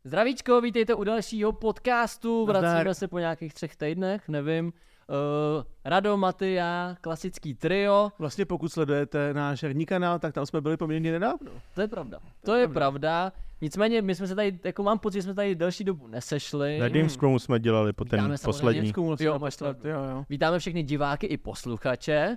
Zdravíčko, vítejte u dalšího podcastu, vracíme se po nějakých 3 týdnech, nevím. Rado, Maty, já, klasický trio. Vlastně pokud sledujete náš herní kanál, tak tam jsme byli poměrně nedávno. To je pravda. To je pravda. Nicméně my jsme se tady, jako mám pocit, že jsme tady delší dobu nesešli. Na Gamescomu jsme dělali po ten poslední. Jo. Vítáme všechny diváky i posluchače.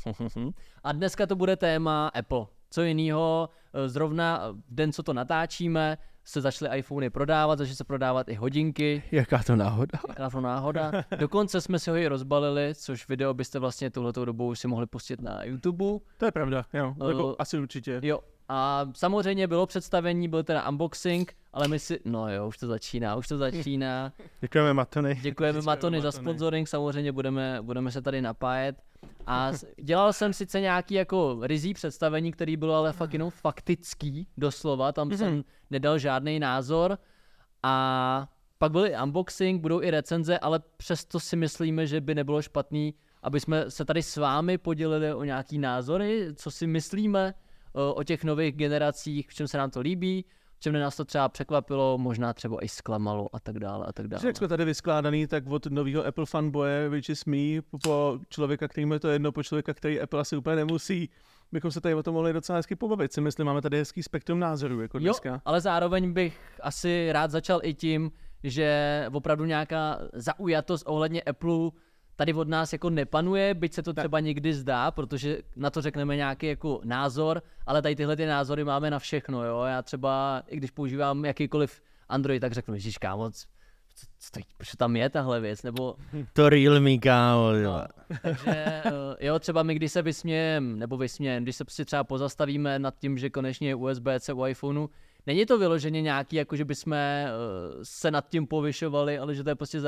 A dneska to bude téma Apple. Co jinýho, zrovna v den, co to natáčíme, se začaly iPhony prodávat, začaly se prodávat i hodinky. Jaká to náhoda. Jaká to náhoda. Dokonce jsme si ho i rozbalili, což video byste vlastně tuhletou dobou už si mohli pustit na YouTube. To je pravda, jo, jako asi určitě. Jo, a samozřejmě bylo představení, byl teda unboxing, ale my si, no jo, už to začíná. Děkujeme Matony. Děkujeme Matony za sponsoring, samozřejmě budeme se tady napájet. A dělal jsem sice nějaký jako rizí představení, který bylo ale fakt jenom faktický, doslova, tam jsem nedal žádný názor. A pak byl i unboxing, budou i recenze, ale přesto si myslíme, že by nebylo špatný, aby jsme se tady s vámi podělili o nějaký názory, co si myslíme o těch nových generacích, v čem se nám to líbí, v čem nás to třeba překvapilo, možná třeba i zklamalo a tak dále a tak dále. Jak jsme tady vyskládaný, tak od nového Apple fanboye, which is me, po člověka, kterým je to jedno, po člověka, který Apple asi úplně nemusí, bychom se tady o tom mohli docela hezky pobavit. Si myslím, máme tady hezký spektrum názorů jako dneska. Jo, ale zároveň bych asi rád začal i tím, že opravdu nějaká zaujatost ohledně Apple tady od nás jako nepanuje, byť se to třeba někdy zdá, protože na to řekneme nějaký jako názor, ale tady tyhle ty názory máme na všechno, jo. Já třeba, i když používám jakýkoliv Android, tak řeknu, ježiš kámo, proč tam je tahle věc, nebo... To Realme, kámo, jo. No, takže jo, třeba my, když se vysmějem, když se si třeba pozastavíme nad tím, že konečně je USB-C u iPhoneu, není to vyloženě nějaký, jako že bychom se nad tím povyšovali, ale že to je prostě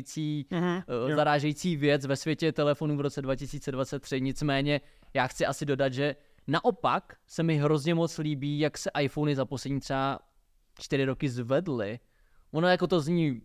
zarážející věc ve světě telefonů v roce 2023. Nicméně já chci asi dodat, že naopak se mi hrozně moc líbí, jak se iPhony za poslední třeba 4 roky zvedly. Ono to zní,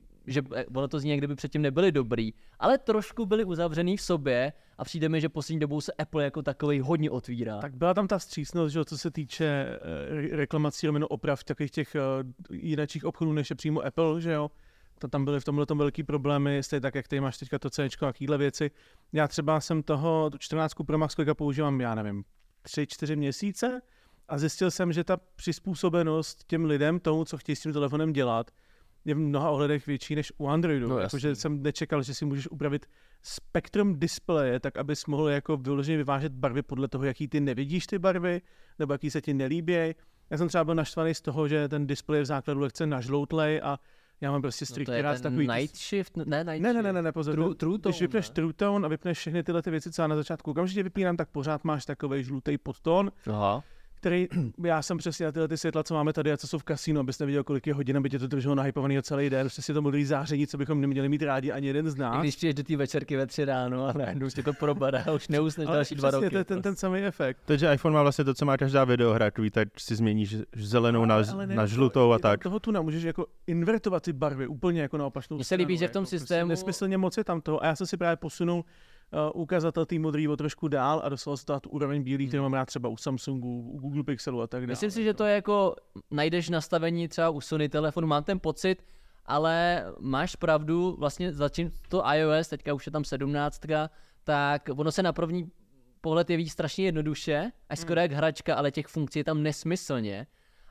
jak kdyby předtím nebyly dobrý, ale trošku byly uzavřený v sobě a přijde mi, že poslední dobou se Apple jako takovej hodně otvírá. Tak byla tam ta vstřícnost, že co se týče reklamací, oprav takových těch jiných obchodů, než je přímo Apple, že jo. Tam byly v tomhle velký problémy, stejně tak, jak tady máš teďka to Cčko a takovýhle věci. Já třeba jsem tu 14 Pro Max používám, já nevím, 3-4 měsíce a zjistil jsem, že ta přizpůsobenost těm lidem, tomu, co chtějí s tím telefonem dělat, je v mnoha ohledech větší než u Androidu. No, jakože jsem nečekal, že si můžeš upravit spektrum displeje, tak abys mohl jako vyloženě vyvážet barvy podle toho, jaký ty nevidíš ty barvy, nebo jaký se ti nelíbějí. Já jsem třeba byl naštvaný z toho, že ten displej je v základu lehce nažloutlej a já mám prostě striktně rád takový... Night Shift? Ne, pozor. True Tone, když vypneš True Tone a vypneš všechny tyhle ty věci, co já na začátku okamžitě vypínám, tak pořád máš takovej žlutý podtón. Aha. Který, já jsem přesně na tyhle ty světla, co máme tady a co jsou v kasínu, abys neviděl, kolik je hodin, aby tě to drželo nahypovaný celý den, přesně to modrý záření, co bychom neměli mít rádi ani jeden z nás. Když přijdeš do té večerky ve 3 ráno a najednou tě to probadá a už neusneš další 2 roky. To je ten samý efekt. Takže iPhone má vlastně to, co má každá videohra, tak si změníš zelenou na žlutou a tak. Toho tu můžeš jako invertovat ty barvy úplně jako na opačnou stranu. Mně se líbí, že v tom systému... Nesmyslně moc je tam toho a já jsem si právě posunul ukazatel tý modrý o trošku dál a dostal se to tu úroveň bílý, který mám rád třeba u Samsungu, u Google Pixelu a tak dále. Myslím si, že to je jako, najdeš nastavení třeba u Sony telefonu, mám ten pocit, ale máš pravdu, vlastně začím to iOS, teďka už je tam 17, tak ono se na první pohled jeví strašně jednoduše, až skoro jak hračka, ale těch funkcí je tam nesmyslně.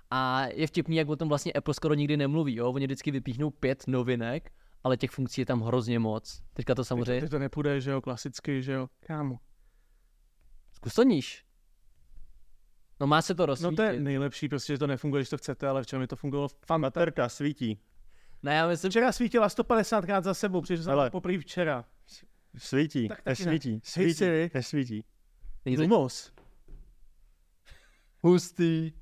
A je vtipný, jak o tom vlastně Apple skoro nikdy nemluví, jo? Oni vždycky vypíchnou 5 novinek, ale těch funkcí je tam hrozně moc. Teďka to samozřejmě... Teď to nepůjde, že jo, klasicky, že jo, kámo. Zkus to níž. No má se to rozsvítit. No to je nejlepší, prostě, že to nefunguje, když to chcete, ale včera mi to fungovalo Baterka svítí. Ne, já myslím... Včera svítila 150krát za sebou, přišel jsem poprvé včera. Svítí, nesvítí. Lumos. Hustý.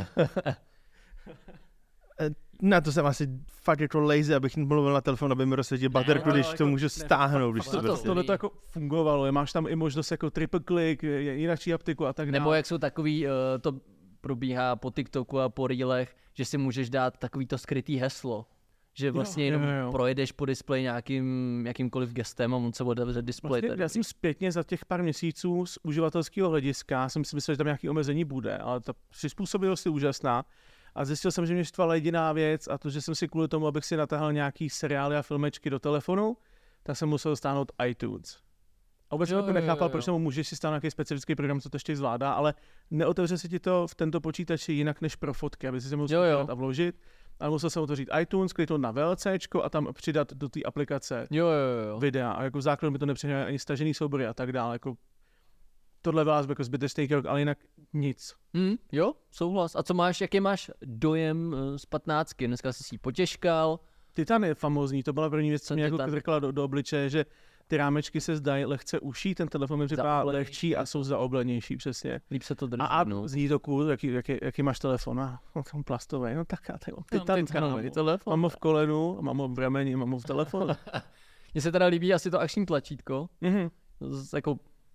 Na to jsem asi fakt jako lazy, abych mluvil na telefon, aby mi rozsvítil baterku, když to můžu stáhnout. Když tohle to jako fungovalo, máš tam i možnost jako triple click, jináčí aptiku a tak dále. Nebo jak jsou takový, to probíhá po TikToku a po reelech, že si můžeš dát takový to skrytý heslo. Že vlastně jenom projedeš po displeji jakýmkoliv gestem a on se otevře displej. Vlastně, já jsem zpětně za těch pár měsíců z uživatelského hlediska jsem si myslel, že tam nějaké omezení bude, ale ta přizpůsobivost je úžasná. A zjistil jsem, že mě štvala jediná věc a to, že jsem si kvůli tomu, abych si natáhl nějaký seriály a filmečky do telefonu, tak jsem musel stáhnout iTunes. A vůbec jsem nechápal, proč tomu můžeš si stáhnout nějaký specifický program, co to ještě zvládá, ale neotevře se ti to v tento počítači jinak než pro fotky, aby si se mohl a vložit. Ale musel jsem otevřít iTunes, kliknout na VLCčko a tam přidat do té aplikace videa. A jako v základu mi to nepřináší ani stažený soubory a tak dále. Jako tohle vás jako zbytečný krok, ale jinak nic. Jo, souhlas. A co máš, jaký máš dojem z 15? Dneska jsi si ji potěžkal. Titan je famózní, to byla první věc, co mě jako trkla do obličeje, že ty rámečky se zdají lehce uší, ten telefon mi připadá lehčí a jsou zaoblenější, přesně. Líp se to drží. A zní to cool, jaký máš telefon? Tam plastový, no tak já tady mám titanový telefon. Mám ho v kolenu, mám ho v rameni, mám ho v telefonu. Mně se teda líbí asi to akční tlačítko. Jako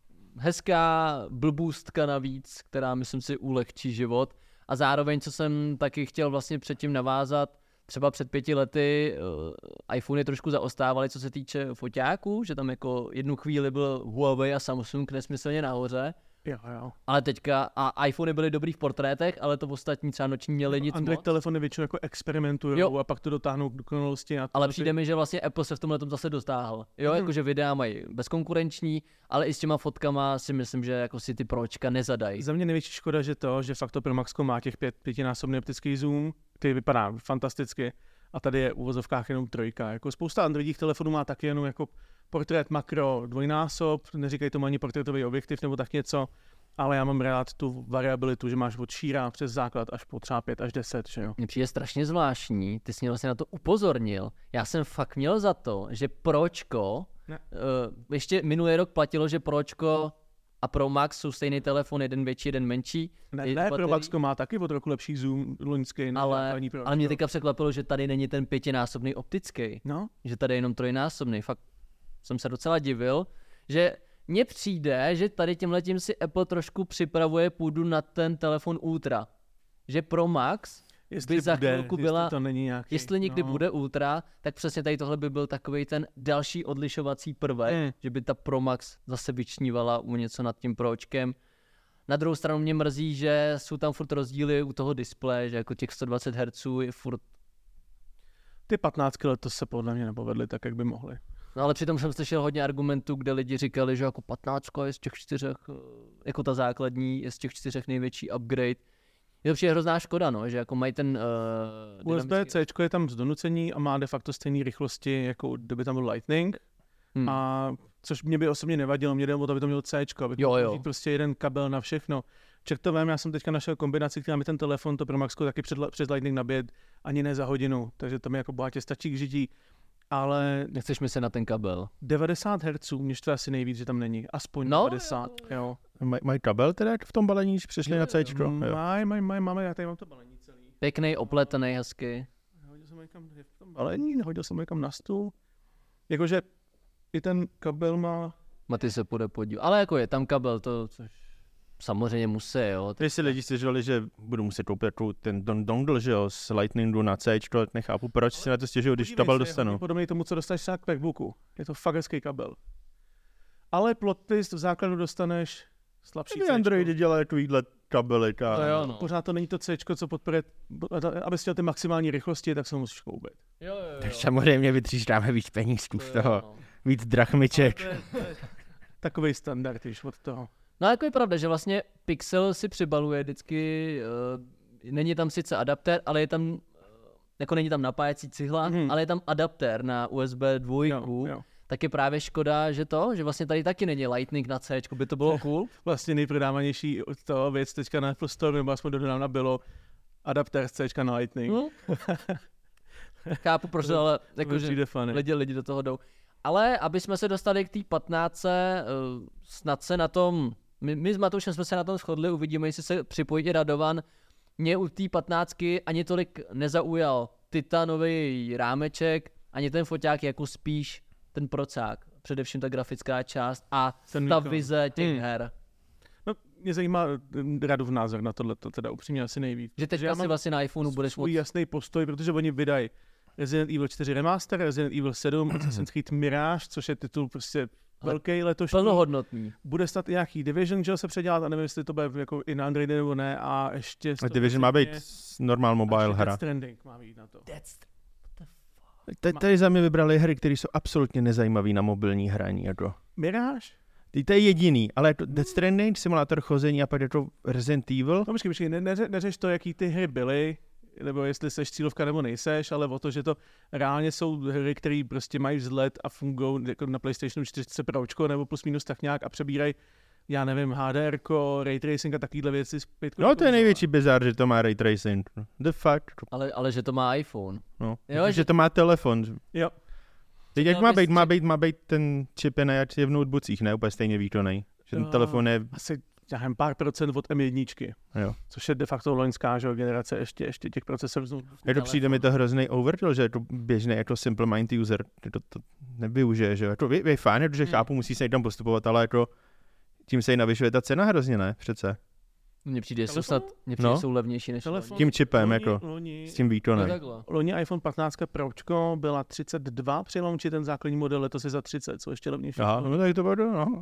hezká blbůstka navíc, která myslím si ulehčí život. A zároveň, co jsem taky chtěl vlastně předtím navázat, třeba před 5 lety iPhony trošku zaostávaly, co se týče foťáků, že tam jako jednu chvíli byl Huawei a Samsung nesmyslně nahoře. Jo. Ale teďka, a iPhony byly dobrý v portrétech, ale to ostatní třeba noční měli nic Android moc. telefony většinou jako experimentujou a pak to dotáhnou k dokonalosti. Ale přijde mi, že vlastně Apple se v tomhle tom zase dostáhl. Jo, jakože videa mají bezkonkurenční, ale i s těma fotkama si myslím, že jako si ty pročka nezadají. Za mě největší škoda, že fakt to Pro Max má těch 5násobný optický zoom, který vypadá fantasticky. A tady je v uvozovkách jenom 3. Jako spousta androidních telefonů má taky jenom jako portrét makro dvojnásob, neříkají tomu ani portrétový objektiv nebo tak něco, ale já mám rád tu variabilitu, že máš od šíra přes základ až po třeba 5 až 10, že jo. Mně přijde strašně zvláštní, ty jsi mě vlastně na to upozornil. Já jsem fakt měl za to, že Pročko, ještě minulý rok platilo, že Pročko a Pro Max jsou stejný telefon, jeden větší, jeden menší. Ne, Pro Max má taky o trochu lepší zoom loňský. Ale mě teďka překvapilo, že tady není ten 5násobný optický. No. Že tady je jenom 3násobný. Fakt jsem se docela divil, že mně přijde, že tady tímhletím si Apple trošku připravuje půdu na ten telefon Ultra. Že Pro Max by za chvilku byla, jestli někdy bude Ultra, tak přesně tady tohle by byl takovej ten další odlišovací prvek, že by ta Pro Max zase vyčnívala u něco nad tím Pročkem. Na druhou stranu mě mrzí, že jsou tam furt rozdíly u toho displeje, že jako těch 120 Hz je furt... Ty 15 let to se podle mě nepovedly tak, jak by mohly. No ale přitom jsem slyšel hodně argumentů, kde lidi říkali, že jako 15 je z těch 4, jako ta základní, je z těch 4 největší upgrade. Je to přijde hrozná škoda, no, že jako mají ten... USB-C je tam z donucení a má de facto stejné rychlosti, jako kdyby tam byl Lightning. A což mě by osobně nevadilo, mě jde o to, aby to mělo C, aby to mohl prostě jeden kabel na všechno. Ček to vím, já jsem teďka našel kombinaci, která mi ten telefon, to Pro Maxko taky přes Lightning nabíjet ani ne za hodinu, takže to mi jako bohatě stačí k žití. Ale... Nechceš mi se na ten kabel? 90 Hz, mě štve asi nejvíc, že tam není. Aspoň 90, jo. Mají kabel teda v tom balení, když přišli na C? Máme, já tady mám to balení celý. Pěkný, opletený, hezky. Hodil jsem někam v tom balení, hodil jsem někam na stůl. Jakože i ten kabel má... Maty se půjde podívat. Ale jako je tam kabel, to což samozřejmě musí, jo. Když si lidi stěžovali, že budu muset koupit ten dongle, že jo, z Lightningu na C, tak nechápu, proč si na to stěžují, když kabel dostanu. Podobný tomu, co dostaneš k MacBooku. Je to fakt hezký kabel. Ale plot twist, v základu dostaneš slabší C. Androidy dělají takovýhle kabely. No. Pořád to není to C, co podporuje, aby si měl ty maximální rychlosti, tak se ho musíš koupit. Jo. Tak samozřejmě vytříštáme víc penízků z toho, víc drachmiček. Takový standard již od toho. No jako je pravda, že vlastně Pixel si přibaluje vždycky, není tam sice adaptér, ale je tam, jako není tam napájecí cihla, ale je tam adaptér na USB 2. Jo. Tak je právě škoda, že vlastně tady taky není Lightning na C, by to bylo cool. Vlastně nejprodávanější věc teďka na Apple Store, nebo aspoň dodávna bylo adaptér z C na Lightning. Chápu, proč, ale jakože lidi do toho jdou. Ale aby jsme se dostali k té 15, snad se na tom, my s Matoušem jsme se na tom shodli, uvidíme, jestli se připojí i Radovan. Mě u té 15 ani tolik nezaujal titanový rámeček, ani ten foťák, jako spíš ten procák. Především ta grafická část a ta vize těch her. No, mě zajímá Radův názor na tohle, teda upřímně asi nejvíc. Že teďka si vlastně na iPhoneu budeš moct... jasný postoj, protože oni vydají Resident Evil 4 Remaster, Resident Evil 7, Assassin's Creed Mirage, což je titul prostě velký letošní. Plnohodnotný. Bude stát nějaký Division, že se předělat, a nevím, jestli to bude jako i na Android nebo ne, a ještě... Division má být normal mobile hra. Death Stranding má být na to. Tady za mě vybrali hry, které jsou absolutně nezajímavé na mobilní hraní. Jako. Mirage? To je jediný, ale Death Stranding, simulátor chození a pak je to Resident Evil. No počkej, neřeš to, jaký ty hry byly, nebo jestli seš cílovka nebo nejseš, ale o to, že to reálně jsou hry, které prostě mají vzhled a fungují jako na PlayStationu 4 Pročko nebo plus minus tak nějak a přebírají, já nevím, HDR-ko, Ray Tracing a takovýhle věci. No to je největší bizár, že to má Ray Tracing. The fact. Ale že to má iPhone. No, jo, že to má telefon. Jo. Teď jak má být ten čip je v notebookích, ne úplně stejně výkonný. Že ten telefon je... Asi jen pár procent od M1, jo. Což je de facto loňská generace ještě těch procesorů. Přijde mi to hrozný overkill, že je to běžný jako simple mind user, to nevyužije, že jako je fajn, že chápu, musí se tam postupovat, ale jako tím se jí navyšuje ta cena hrozně, ne? Přece. Mně přijde, jsou levnější než telefon. Tím čipem, s tím výkonem. Loni iPhone 15 Pročko byla 32 při launchi, ten základní model, letos je za 30, co ještě levnější. Aha, no tak to bylo, no,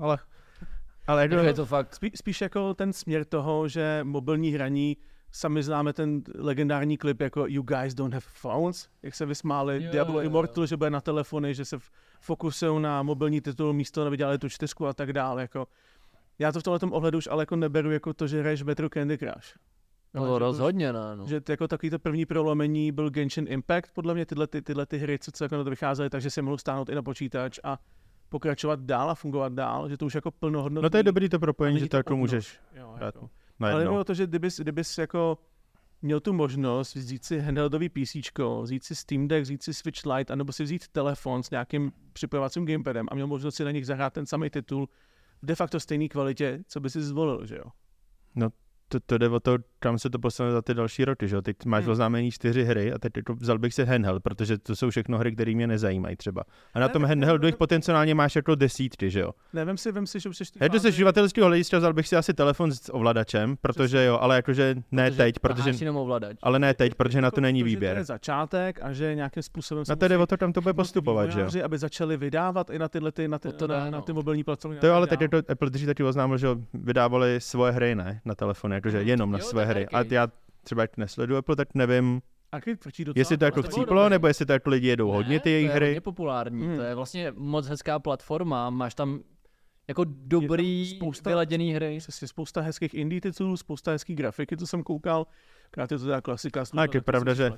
ale je to fakt. Spíš jako ten směr toho, že mobilní hraní, sami známe ten legendární klip jako You guys don't have phones, jak se vysmáli Diablo Immortal, že bude na telefony, že se fokusují na mobilní titul místo, aby dělali tu 4 a tak dále. Jako. Já to v tomhletom ohledu už ale jako neberu jako to, že hraješ Metro Candy Crush. No rozhodně ne, no. Že jako takový to první prolomení byl Genshin Impact, podle mě tyhle ty hry, co jako na to vycházely, takže si mohl stáhnout i na počítač a pokračovat dál a fungovat dál, že to už jako plnohodnotný. No to je dobrý to propojení, že to jako můžeš hrát ale bylo to, že kdybys jako měl tu možnost vzít si handheldový PCčko, vzít si Steam Deck, vzít si Switch Lite, anebo si vzít telefon s nějakým připojovacím gamepadem a měl možnost si na nich zahrát ten samý titul v de facto stejné kvalitě, co by si zvolil, že jo? No to jde o to, kam se to posune za ty další roky, že jo? Teď máš oznámení 4 hry a teď jako vzal bych si handheld, protože to jsou všechno hry, které mě nezajímají třeba. A na tom handheldu jich potenciálně máš jako desítky, že jo? Ne, vem si, že už jsi to ze uživatelského hlediska vzal bych si asi telefon s ovladačem, protože jo, ale jakože ne teď, protože ale ne teď, protože na to není výběr. To je začátek a že nějakým způsobem na to jde o to, tam to bude postupovat, že jo? Aby začali vydávat i na tyhle na ty mobilní platformy. To jo, ale teď jako Apple taky oznámil, že vydávali svoje hry, ne, na telefony, jakože jenom na své hry. A já třeba nesleduju Apple, tak nevím, jestli to jako chcíplo, nebo jestli to jako lidi jedou hodně ty jejich hry. To je hodně populární, to je vlastně moc hezká platforma, máš tam jako dobrý, vyladěný hry. Přesně, spousta hezkých indie titulů, spousta hezkých grafiky, co jsem koukal. Krát je to teda klasika. A je pravda, že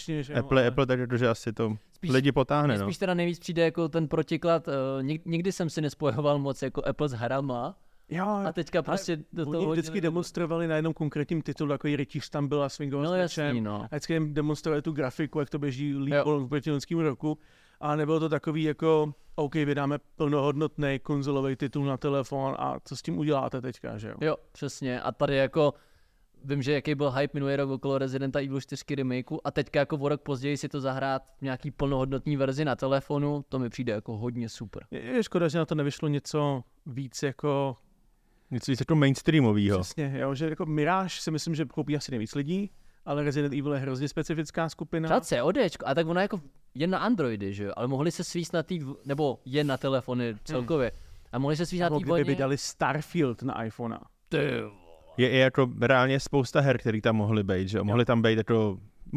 Apple tak jako, že asi to lidi potáhne. Spíš teda nejvíc přijde jako ten protiklad, nikdy jsem si nespojoval moc jako Apple s hrama. Jo, a teďka prostě do toho vždycky demonstrovali na jednom konkrétním titulu, takový rytíř tam byl a swingoval s mečem. A vždycky jim demonstrovali tu grafiku, jak to běží líp proti loňskému roku. A nebylo to takový jako, OK, vydáme plnohodnotný konzolový titul na telefon a co s tím uděláte teďka, že jo? Jo, přesně. A tady jako, vím, že jaký byl hype minulý rok okolo Residenta Evil 4 remakeu a teďka jako o rok později si to zahrát v nějaký plnohodnotný verzi na telefonu, to mi přijde jako hodně super. Je škoda, že na to nevyšlo něco víc jako... Něco víc jako mainstreamovýho. Přesně, jo, že jako Mirage si myslím, že koupí asi nejvíc lidí, ale Resident Evil je hrozně specifická skupina. Třeba CODčko, a tak ona jako jen na Androidy, že jo, ale mohli se svíst na nebo jen na telefony celkově. A mohli se svíst na vlně. Kdyby dali Starfield na iPhonea. Je jako reálně spousta her, které tam mohly být, že jo. Mohly tam být jako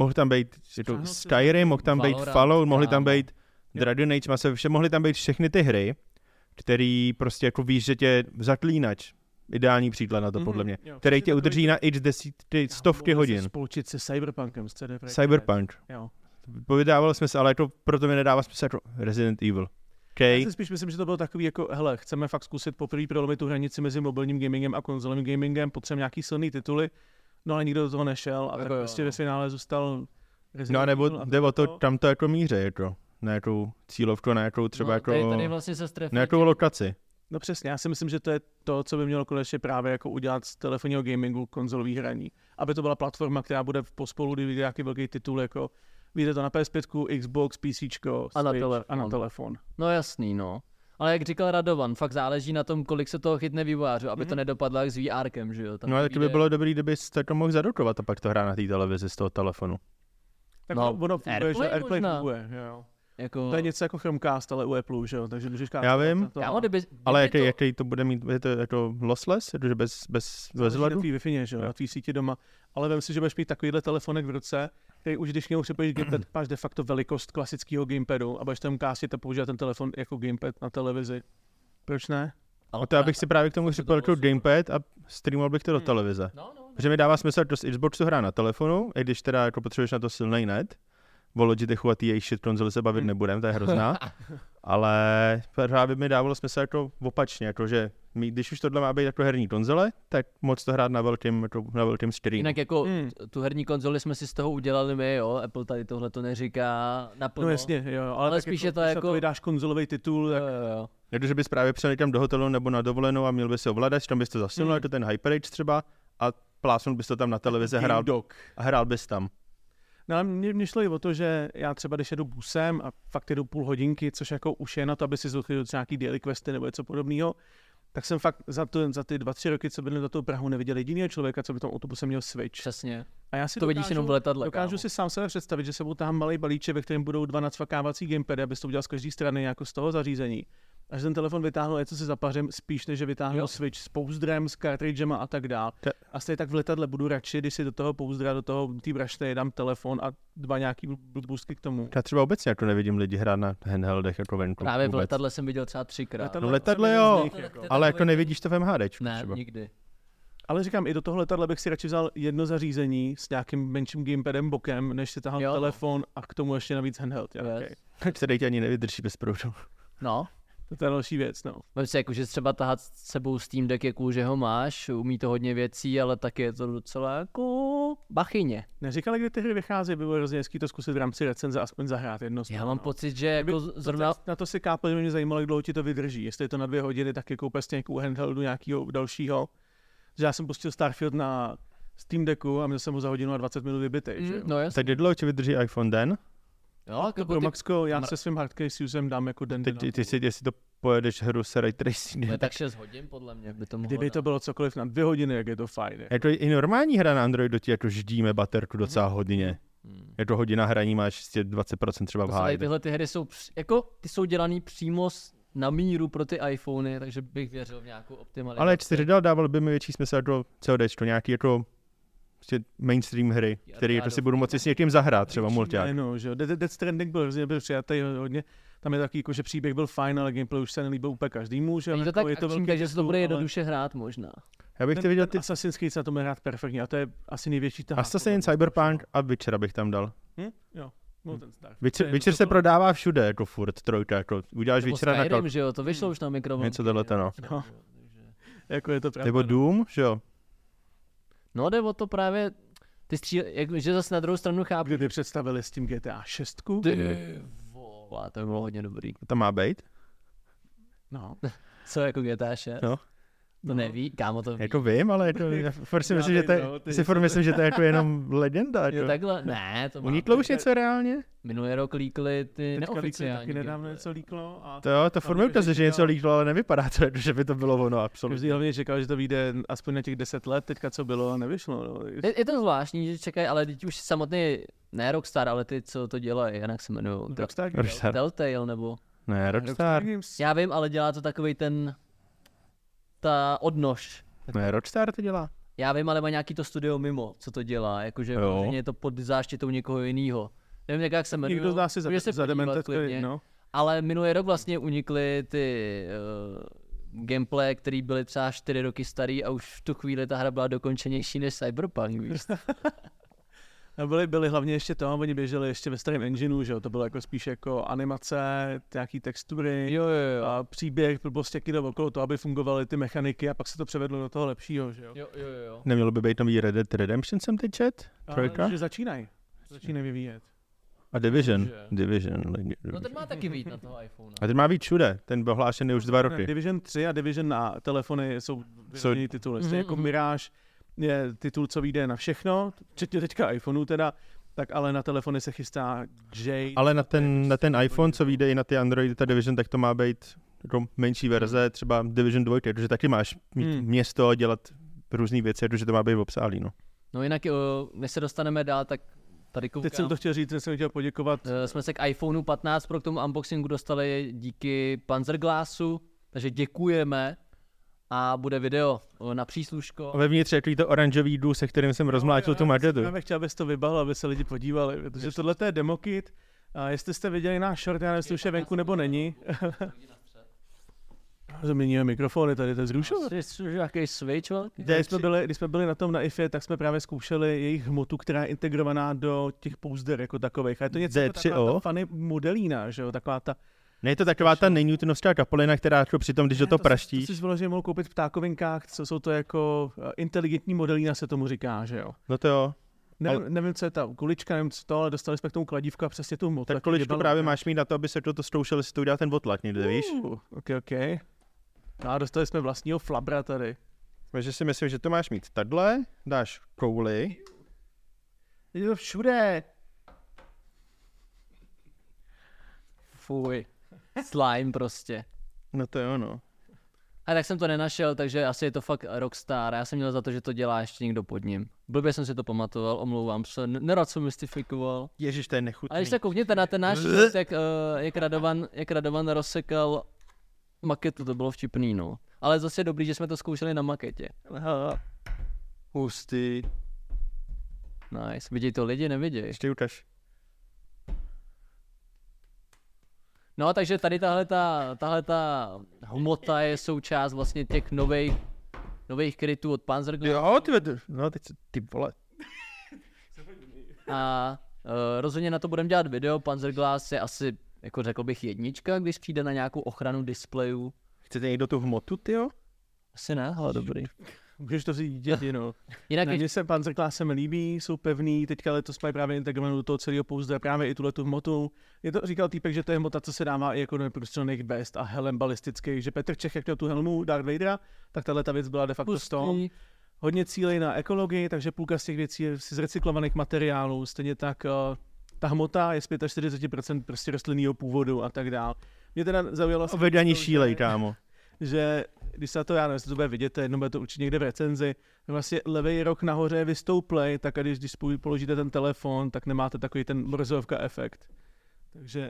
Skyrim, mohl tam být Fallout, mohly tam být Dragon Age, mohly tam být všechny ty hry, který prostě jako víš, že tě zaklínač, ideální příklad na to podle mě, který tě udrží na stovky hodin. Spolčit se Cyberpunkem z CD Projekt. Cyberpunk. Jo. Povídávali jsme se, ale to proto mi nedává smysl jako Resident Evil. Okay. Já si spíš myslím, že to bylo takový jako, hele, chceme fakt zkusit poprvé prolomit tu hranici mezi mobilním gamingem a konzolovým gamingem, potřebujeme nějaký silný tituly, no ale nikdo do toho nešel a tak prostě ve finále zůstal Resident Evil. No a nebo jde o to, tam to jako míře, jako. Na jakou cílovku, na jakou třeba jako, tady vlastně se na jakou lokaci. No přesně, já si myslím, že to je to, co by mělo konečně právě jako udělat z telefonního gamingu konzolový hraní. Aby to byla platforma, která bude pospolu, kdy vyjde nějaký velký titul, jako vyjde to na PS5, Xbox, PCčko, Switch a na telefon. No jasný, no. Ale jak říkal Radovan, fakt záleží na tom, kolik se toho chytne vývojářů, aby to nedopadlo jak s VRkem, že jo. Tam no ale to by bylo dobrý, kdyby jste to mohl zadokovat a pak to hrát na té televizi z toho telefonu. Tak ono funguje, že AirPlay funguje, jo. Jako... To je něco jako Chromecast, ale u Apple, že jo, takže můžeš Já vím, Kámo, kdyby ale to... jaký to bude mít, je to lossless, že bez vzhledu? Na tvý Wi-Fi, že jo, na tvý síti doma. Ale vem si, že budeš mít takovýhle telefonek v ruce, který už když němu připojíš gamepad, máš de facto velikost klasického gamepadu a budeš tam kástit a používat ten telefon jako gamepad na televizi. Proč ne? Ale to já bych si právě k tomu připojil jako gamepad a streamoval bych to do televize. Protože mi dává smysl to z Xboxu hrát na telefonu, i když teda jako potřebuješ na to silný net. O Logitechu a ty jejich shit konzoli se bavit nebudem, to je hrozná. Ale právě mi dávalo smysl jako opačně, jako že když už tohle má být jako herní konzole, tak moc to hrát na velkým streamu. Jinak jako tu herní konzoli jsme si z toho udělali my, jo, Apple tady tohle to neříká naplno. No jasně, jo, ale spíš jako, je to když jako... na to vydáš konzolový titul, tak... Jo. Jako, že bys právě přijel někam do hotelu nebo na dovolenou a měl by si ovladač, tam bys to zasilnul, jako ten HyperX třeba a plásnul bys to tam na televize, hrál bys tam. No ale mě šlo i o to, že já třeba když jedu busem a fakt jedu půl hodinky, což jako už je na to, aby si zochytil nějaký daily questy nebo něco podobného, tak jsem fakt za ty 2-3 roky, co bydlím do toho Prahu, neviděl jedinýho člověka, co by tom autobuse měl Switch. Přesně. A já si to vidíš jenom v letadle. Dokážu si sám sebe představit, že se budu tam malý balíček, ve kterém budou 2 nacvakávací gamepady, abys to udělal z každé strany jako z toho zařízení. Až ten telefon vytáhnu něco si zapařím, spíš než že vytáhnu Switch s pouzdrem, s cartridgema a tak dál. A stejně tak v letadle budu radši, když si do toho pouzdra, do toho té brašny dám telefon a 2 nějaký bluetoothky k tomu. Já třeba obecně jako nevidím lidi hrát na handheldech jako venku. Právě v letadle jsem viděl třeba 3krát. No letadle jo, ale jako nevidíš to v MHDčku. Ne, třeba. nikdy. Ale říkám, i do toho letadla bych si radši vzal jedno zařízení s nějakým menším gamepadem bokem, než si tahal telefon a k tomu ještě navíc handheld. Který tě ani nevydrží bez proudu. No. To je další věc, no. Vem si, jako, že třeba tahat s sebou Steam Deck je cool, že ho máš, umí to hodně věcí, ale taky je to docela jako bachyně. Neříkali, kdy ty hry vychází, bylo hrozně hezký to zkusit v rámci recenze aspoň zahrát jedno. Já mám pocit, že jako zrovna... Na to si kápel, že mě zajímalo, jak dlouho ti to vydrží. Jestli je to na 2 hodiny, tak jako úplně nějakou handheldu nějakého dalšího. Že já jsem pustil Starfield na Steam Decku a měl jsem ho za hodinu a 20 minut vybitej, že jo? No tak dlouho ti vydrží iPhone den? Jo, jako pro Maxko, já se svým hardcase usem dám jako den. Ty si, jestli to pojedeš hru s ray tracing. Tak 6 hodin podle mě by to mohlo. Kdyby to bylo cokoliv na 2 hodiny, jak je to fajn. Jako i normální hra na Androidu ti jako ždíme baterku docela hodně. Jako hodina hraní máš 20% třeba v háji. Tyhle ty hry jsou, jako, ty jsou dělaný přímo na míru pro ty iPhony, takže bych věřil v nějakou optimalizaci. Ale 4 dával by mi větší smysl jako CODčko, nějaký jako mainstream hry, který to si budu moci s někým zahrát, třeba mulťák. No, že jo. Death Stranding byl přijatý hodně. Tam je taky, jako, že příběh byl fajn, ale gameplay už se nelíbil úplně každému, že jo. Je to tak akční, že se to bude jednoduše hrát možná. Já bych chtěl vidět ty... Assassin's Creed se to bude hrát perfektně a to je asi největší tahák. Assassin, Cyberpunk a Witcher bych tam dal. Jo. No, ten Witcher se prodává všude, jako furt, trojka, jako uděláš Witchera na Skyrim, že jo, to vyšlo už na mikrovlnky. Něco tohleto, no. Jako je to pravda. Nebo Doom, že jo. No, jde o to právě, že zase na druhou stranu chápu. Kdyby představili s tím GTA 6. Ty vole, to by bylo hodně dobrý. To má být? No. Co jako GTA 6? No. To neví, kámo to ví. Jako vím, ale jako, furt si myslím, že to je jako jenom legenda. Jako. Jo, takhle, ne, to má. Uniklo už něco reálně? Minulý rok líkly ty neoficiální. Taky nedávno něco líklo. A to furt mi ukazuje, že něco líklo, ale nevypadá to, že by to bylo ono absolutně. Každý hlavně čekal, že to vyjde aspoň na těch 10 let, teďka co bylo a nevyšlo. No. Je to zvláštní, že čekají, ale teď už samotný, ne Rockstar, ale ty, co to dělají, jak se jmenují? Rockstar. Telltale nebo? Ne, Rockstar. Já vím, ale dělá to takovej ta odnož. Ne, Rockstar to dělá. Já vím, ale má nějaký to studio mimo, co to dělá, jakože je to pod záštitou někoho jiného. Nevím, jak se jmenuje. Někdo z nás si zadementuje, no. Ale minulý rok vlastně unikly ty gameplay, které byly třeba 4 roky starý a už v tu chvíli ta hra byla dokončenější než Cyberpunk, víš. Byly hlavně ještě to, oni běželi ještě ve starém engineu, že jo, to bylo jako spíš jako animace, nějaký textury, jo. A příběh, prostě jaký okolo toho, aby fungovaly ty mechaniky a pak se to převedlo do toho lepšího, že jo. Jo. Nemělo by být nový Red Dead Redemption, jsem teď čet? Trojka? Že začínají vyvíjet. A Division. No ten má taky víc na toho iPhone. A ten má víc všude, ten byl hlášený už 2 roky. Division 3 a Division na telefony jsou tituly, jako Mirage je titul, co vyjde na všechno, včetně teďka iPhoneu teda, tak ale na telefony se chystá Jade. Ale na ten iPhone, co vyjde i na ty Androidy, ta Division, tak to má být jako menší verze, třeba Division 2, protože taky máš mít město a dělat různý věci, protože to má být obsálý, no. No jinak, než se dostaneme dál, tak tady koukám. Teď jsem to chtěl říct, teď jsem chtěl poděkovat. Jsme se k iPhoneu 15 Pro k tomu unboxingu dostali díky Panzerglassu, takže děkujeme a bude video na přísluško. Vevnitř je to oranžový důl, se kterým jsem rozmlátil tu maketu. Já bych chtěl, abys to vybal, aby se lidi podívali, protože tohle je demokit. A jestli jste viděli náš short, já nevím, jestli už je venku nebo není. Změníme mikrofony, tady to je zrušovat. Jaký switch, Když jsme byli na tom na IFE, tak jsme právě zkoušeli jejich hmotu, která je integrovaná do těch pouzder jako takových. A je to něco jako taková ta funny modelína, že jo, taková ta... Ne, je to taková ta nejnewtonovská kapalina, která přitom, když do toho praštíš. To si vyloženě mohl koupit v ptákovinkách, co jsou to jako inteligentní modelína, se tomu říká, že jo. No to jo. Nevím, co je ta kulička, nevím, co to, ale dostali jsme k tomu kladívku a přesně tu hmotu. Tak kuličku právě máš mít na to, aby se to zkoušel, jestli to udělá ten otlak někde, víš? Ok. No a dostali jsme vlastního flabra tady. Takže si myslím, že to máš mít takhle, dáš kouli. Je to všude. Fuj. Slime prostě. No to je ono. A tak jsem to nenašel, takže asi je to fakt Rockstar. Já jsem měl za to, že to dělá ještě někdo pod ním. Blbě jsem si to pamatoval, omlouvám se, nerad jsem mystifikoval. Ježiš, to je nechutný. A když se koukněte na ten náš jak Radovan rozsekal maketu, to bylo vtipný, no. Ale zase je dobrý, že jsme to zkoušeli na maketě. Hustý. Nice. Vidějí to lidi, nevidějí. Ještě ukaž. No, takže tady tahleta hmota je součást vlastně těch nových krytů od Panzerglass. Jo, no teď ty vole. A rozhodně na to budeme dělat video. Panzerglass je asi, jako řekl bych, jednička, když přijde na nějakou ochranu displejů. Chcete někdo tu hmotu, tyjo? Asi ne, ale dobrý. Můžeš to říct děti, no. Jinak Mně se Panzerglass se mi líbí, jsou pevný, teďka letos mají právě integrovanou do toho celého pouzdra právě i tuhletu hmotu. Je to, říkal týpek, že to je hmota, co se dává i jako neprůstřelných vest a helem balistický, že Petr Čech, jak měl tu helmu Darth Vadera, tak tahle ta věc byla de facto z toho. Hodně cílej na ekologii, takže půlka z těch věcí je z recyklovaných materiálů, stejně tak ta hmota je z 45% prostě rostlinného původu a tak dál. Mě teda zaujalo... Ovedaní šílej, kámo. Že když se to, já nevím, jestli to bude vidět, jednou bude to určitě někde v recenzi, vlastně levej roh nahoře je vystouplej, tak a když položíte ten telefon, tak nemáte takový ten mrzovka efekt. Takže...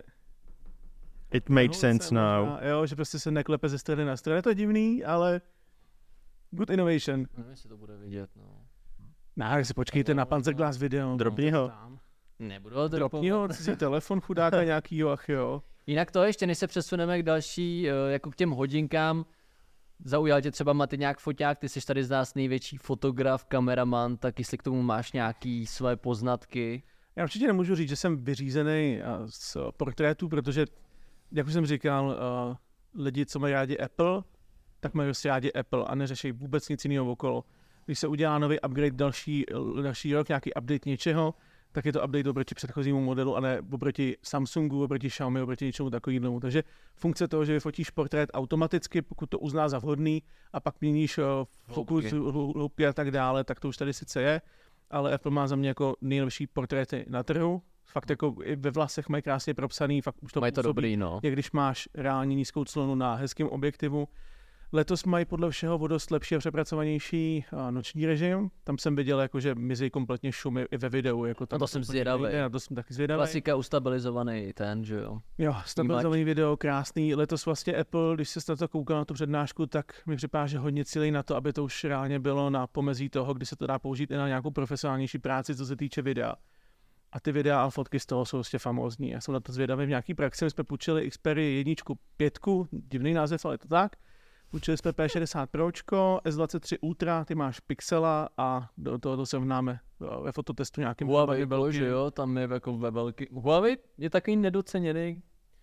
It makes sense now. Jo, že prostě se neklepe ze strany na stranu. Je to divný, ale good innovation. Nevím, jestli to bude vidět, no. Tak si počkejte na Panzerglass video. Dropni ho. Nebudu ho Dropni ho, cizí telefon chudáka nějakýho, ach jo. Jinak to ještě, než se přesuneme k další, jako k těm hodinkám, zaujal tě třeba Maty nějak foťák, ty jsi tady z nás největší fotograf, kameraman, tak jestli k tomu máš nějaký své poznatky. Já určitě nemůžu říct, že jsem vyřízený z portrétů, protože, jak už jsem říkal, lidi, co mají rádi Apple, tak mají prostě rádi Apple a neřeší vůbec nic jiného okolo. Když se udělá nový upgrade další rok, nějaký update něčeho, tak je to update oproti předchozímu modelu a ne oproti Samsungu, oproti Xiaomi, oproti něčemu takovému. Takže funkce toho, že vyfotíš portrét automaticky, pokud to uzná za vhodný a pak měníš fokus, hloubky a tak dále, tak to už tady sice je, ale Apple má za mě jako nejlepší portréty na trhu. Fakt jako i ve vlasech mají krásně propsaný, fakt už to mají to dobrý, no. Jak když máš reálně nízkou clonu na hezkém objektivu. Letos mají podle všeho o dost lepší a přepracovanější noční režim. Tam jsem viděl, jako, že mizí kompletně šumy i ve videu. Jako tam to jsem zvědavý. Na to jsem taky zvědavý. Klasika ustabilizovaný ten, že jo. Jo, stabilizovaný video, krásný. Letos vlastně Apple, když se na to koukal na tu přednášku, tak mi připadá, že hodně cílí na to, aby to už reálně bylo na pomezí toho, kdy se to dá použít i na nějakou profesionálnější práci, co se týče videa. A ty videa a fotky z toho jsou prostě famózní. Já jsem na to zvědavý v nějaký praxi. My jsme půjčili Xperia 1, 5, divný název, ale je to tak. Půjčili jsme P60 Pročko, S23 Ultra, ty máš Pixela a do toho se vnáme ve fototestu nějakým... Huawei bylo, že jo, tam je jako ve velký... Huawei je takový nedoceněný.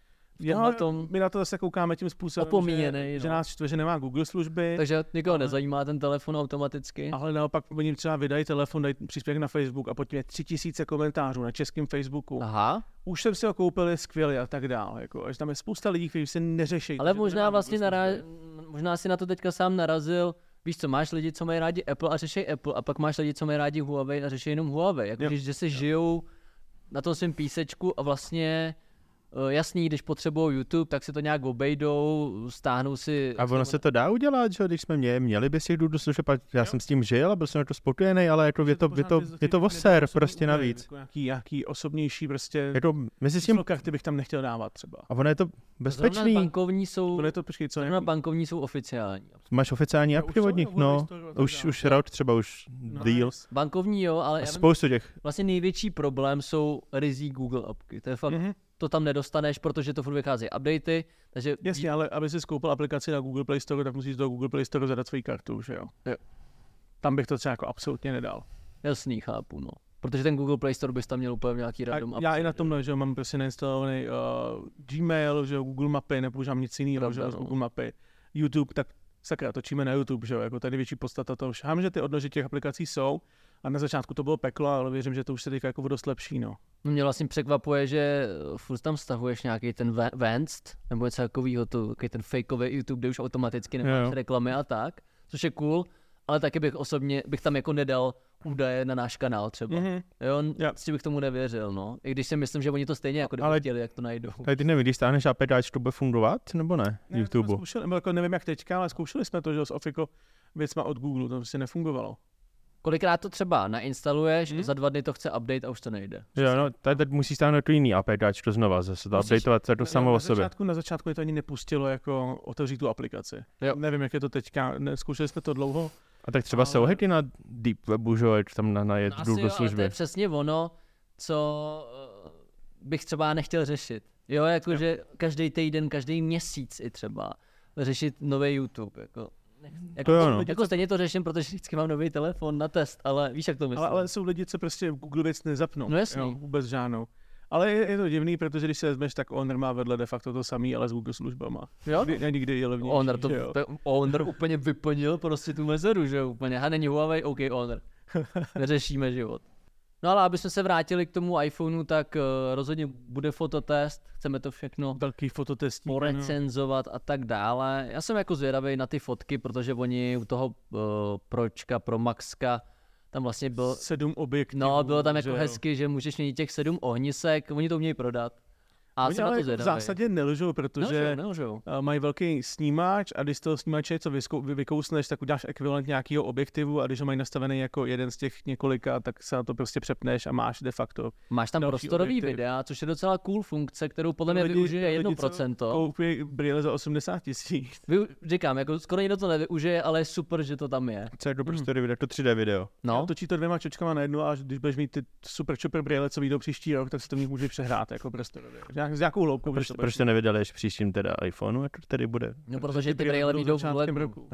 My na to zase koukáme tím způsobem, opomíjený, že nás čtve, že nemá Google služby. Takže nikoho nezajímá ten telefon automaticky. Ale naopak oni třeba vydají telefon, dají příspěvek na Facebook a potom je 3000 komentářů na českém Facebooku. Aha. Už jsem si ho koupil, je skvělý a tak dále. Jako, až tam je spousta lidí, kteří se neřeší. Ale možná vlastně možná si na to teďka sám narazil. Víš co, máš lidi, co mají rádi Apple a řeší Apple a pak máš lidi, co mají rádi Huawei a řeší jenom Huawei. Jako, že se žijou na tom svém písečku a vlastně jasný, když potřebují YouTube, tak si to nějak obejdou, stáhnou si... A ono se to dá udělat, že když jsme měli by si jdu služeb, já jsem s tím žil a byl jsem na to spokojený, ale jako je to voser prostě navíc. Jako nějaký osobnější prostě... Jako, mezi s tím... karty bych tam nechtěl dávat třeba. A ono je to bezpečný. Zrovna bankovní jsou... bankovní jsou oficiální. Máš oficiální apky od nich? No, už rok třeba, už deal. Bankovní jo, ale... Spoustu těch. Vlastně největší problém jsou rizí Google apky. To je fakt... To tam nedostaneš, protože to furt vychází updaty, takže... Jasně, ale aby si koupil aplikaci na Google Play Store, tak musíš do Google Play Store zadat svoji kartu, že jo? Tam bych to třeba jako absolutně nedal. Jasný, chápu, no. Protože ten Google Play Store bys tam měl úplně nějaký random já i na tom, že mám prostě nainstalovaný Gmail, že jo, Google Mapy, nepoužívám nic jiného, že jo, z Google Mapy. YouTube, tak sakra, točíme na YouTube, že jo, jako tady větší podstata toho. Hám, že ty odnože těch aplikací jsou a na začátku to bylo peklo, ale věřím, že to už se teďka jako dost lepší, no. No mě vlastně překvapuje, že furt tam stahuješ nějaký ten Vanced, nebo něco takového, ten fakeový YouTube, kde už automaticky nemáš reklamy a tak, což je cool, ale taky bych tam jako nedal údaje na náš kanál třeba. Jo, prostě bych tomu nevěřil, no. I když si myslím, že oni to stejně jako chtěli, jak to najdou. Ale ty nevím, když stáhneš APK, to bude fungovat, nebo ne? YouTube. Jako nevím jak teďka, ale zkoušeli jsme to, že s Ofiko věcma od Google, to prostě nefungovalo. Kolikrát to třeba nainstaluješ, za 2 dny to chce update a už to nejde. Jo, no, teď musíš stáhnout to jiný APK znovu, zase to updateovat to samo o sobě. Na začátku je to ani nepustilo jako otevřít tu aplikaci. Jo. Nevím, jak je to teďka, zkoušeli jsme to dlouho. A tak třeba jsou hacky na Deep Webu, že tam najet Google služby. To je přesně ono, co bych třeba nechtěl řešit. Jo, jakože každý týden, každý měsíc i třeba řešit nový YouTube, jako stejně to řeším, protože vždycky mám nový telefon na test, ale víš, jak to myslím. Ale jsou lidi, co prostě Google věc nezapnou. No jasně. Vůbec žádnou. Ale je to divný, protože když se vezmeš, tak Honor má vedle de facto to samý, ale s Google službama. Jo? Nikdy je levnější. Honor úplně vyplnil prostě tu mezeru, že jo, úplně. A není Huawei, OK Honor. Neřešíme život. No ale aby jsme se vrátili k tomu iPhoneu, tak rozhodně bude fototest, chceme to všechno velký fototest porecenzovat a tak dále. Já jsem jako zvědavý na ty fotky, protože oni u toho Pročka, Pro Maxka, tam vlastně bylo 7 objektů. No, bylo tam jako hezky, že můžeš mít těch 7 ohnisek, oni to umějí prodat. A oni ale v zásadě nelžou, protože mají velký snímač a když z toho snímače co vykousneš, tak uděláš ekvivalent nějakého objektivu a když ho mají nastavený jako jeden z těch několika, tak se na to prostě přepneš a máš de facto. Máš tam prostorový videa, což je docela cool funkce, kterou podle mě využije 1%. Koupí brýle za 80 000. Říkám, jako skoro nikdo to nevyužije, ale je super, že to tam je. Co je to prostorový video, to 3D video. No. Točí to 2 čočkama na jednu a když budeš mít ty super brýle, co vyjdou příští rok, tak si to může přehrát jako prostorově. S nějakou hloubkou. Proč to nevydali až příštím teda iPhoneu, jak to tady bude? No, protože ty brýle vyjdou v lednu.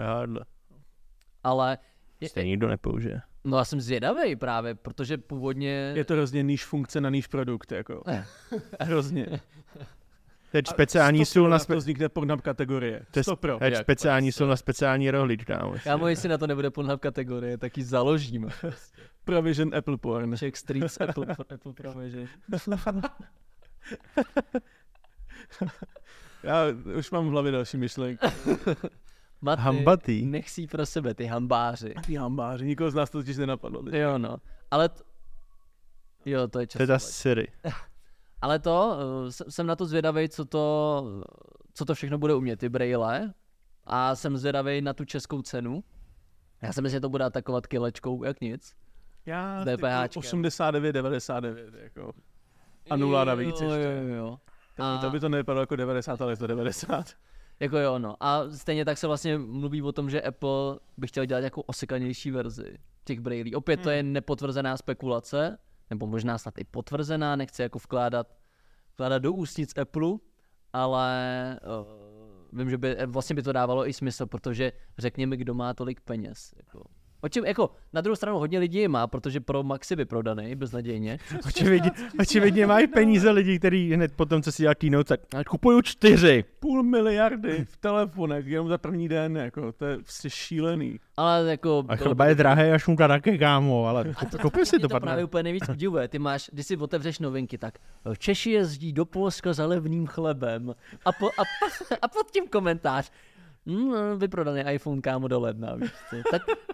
Ale... Stejně nikdo nepoužije. No já jsem zvědavej právě, protože původně... Je to hrozně níž funkce na níž produkt, jako. Hrozně. Teď speciální sůl na... To vznikne Pornhub kategorie. Teď speciální sůl na speciální rohlík, kámo. Kámo, jestli na to nebude Pornhub kategorie, tak ji založíme. Provision Apple Porn. Check Streets Apple Provision. Já už mám v hlavě další myšlenky. Maty, hambatý. Nech si pro sebe, ty hambáři. Ty hambáři, nikoho z nás to totiž nenapadlo. Jo no, ale jo, to je časové. Teda Siri. Ale jsem na to zvědavej, co to všechno bude umět, ty brejle. A jsem zvědavej na tu českou cenu. Já si myslím, že to bude atakovat kilečkou, jak nic. Já 89,99 jako. A 0 navíc ještě. Jo. To by to nevypadalo jako 90, ale je to 90. Jako jo, no. A stejně tak se vlastně mluví o tom, že Apple by chtěl dělat jako osekanější verzi těch brejlí. Opět to je nepotvrzená spekulace, nebo možná snad i potvrzená, nechci jako vkládat do ústnic Apple, ale vím, že vlastně by to dávalo i smysl, protože řekni mi, kdo má tolik peněz. Jako, na druhou stranu hodně lidí má, protože Pro Max je vyprodaný beznadějně. Očividně mají peníze lidi, kteří hned potom, co si dělá keynote, tak kupují 4,5 miliardy v telefonech jenom za první den, jako, to je prostě šílený. Ale jako... A chleba je drahé a šunka také, kámo, ale koupil si to. To právě úplně nejvíc udivuje. Ty máš, když si otevřeš novinky, tak Češi jezdí do Polska za levným chlebem. A pod tím komentář. Vyprodaný iPhone, kámo, do ledna, víš co. Tak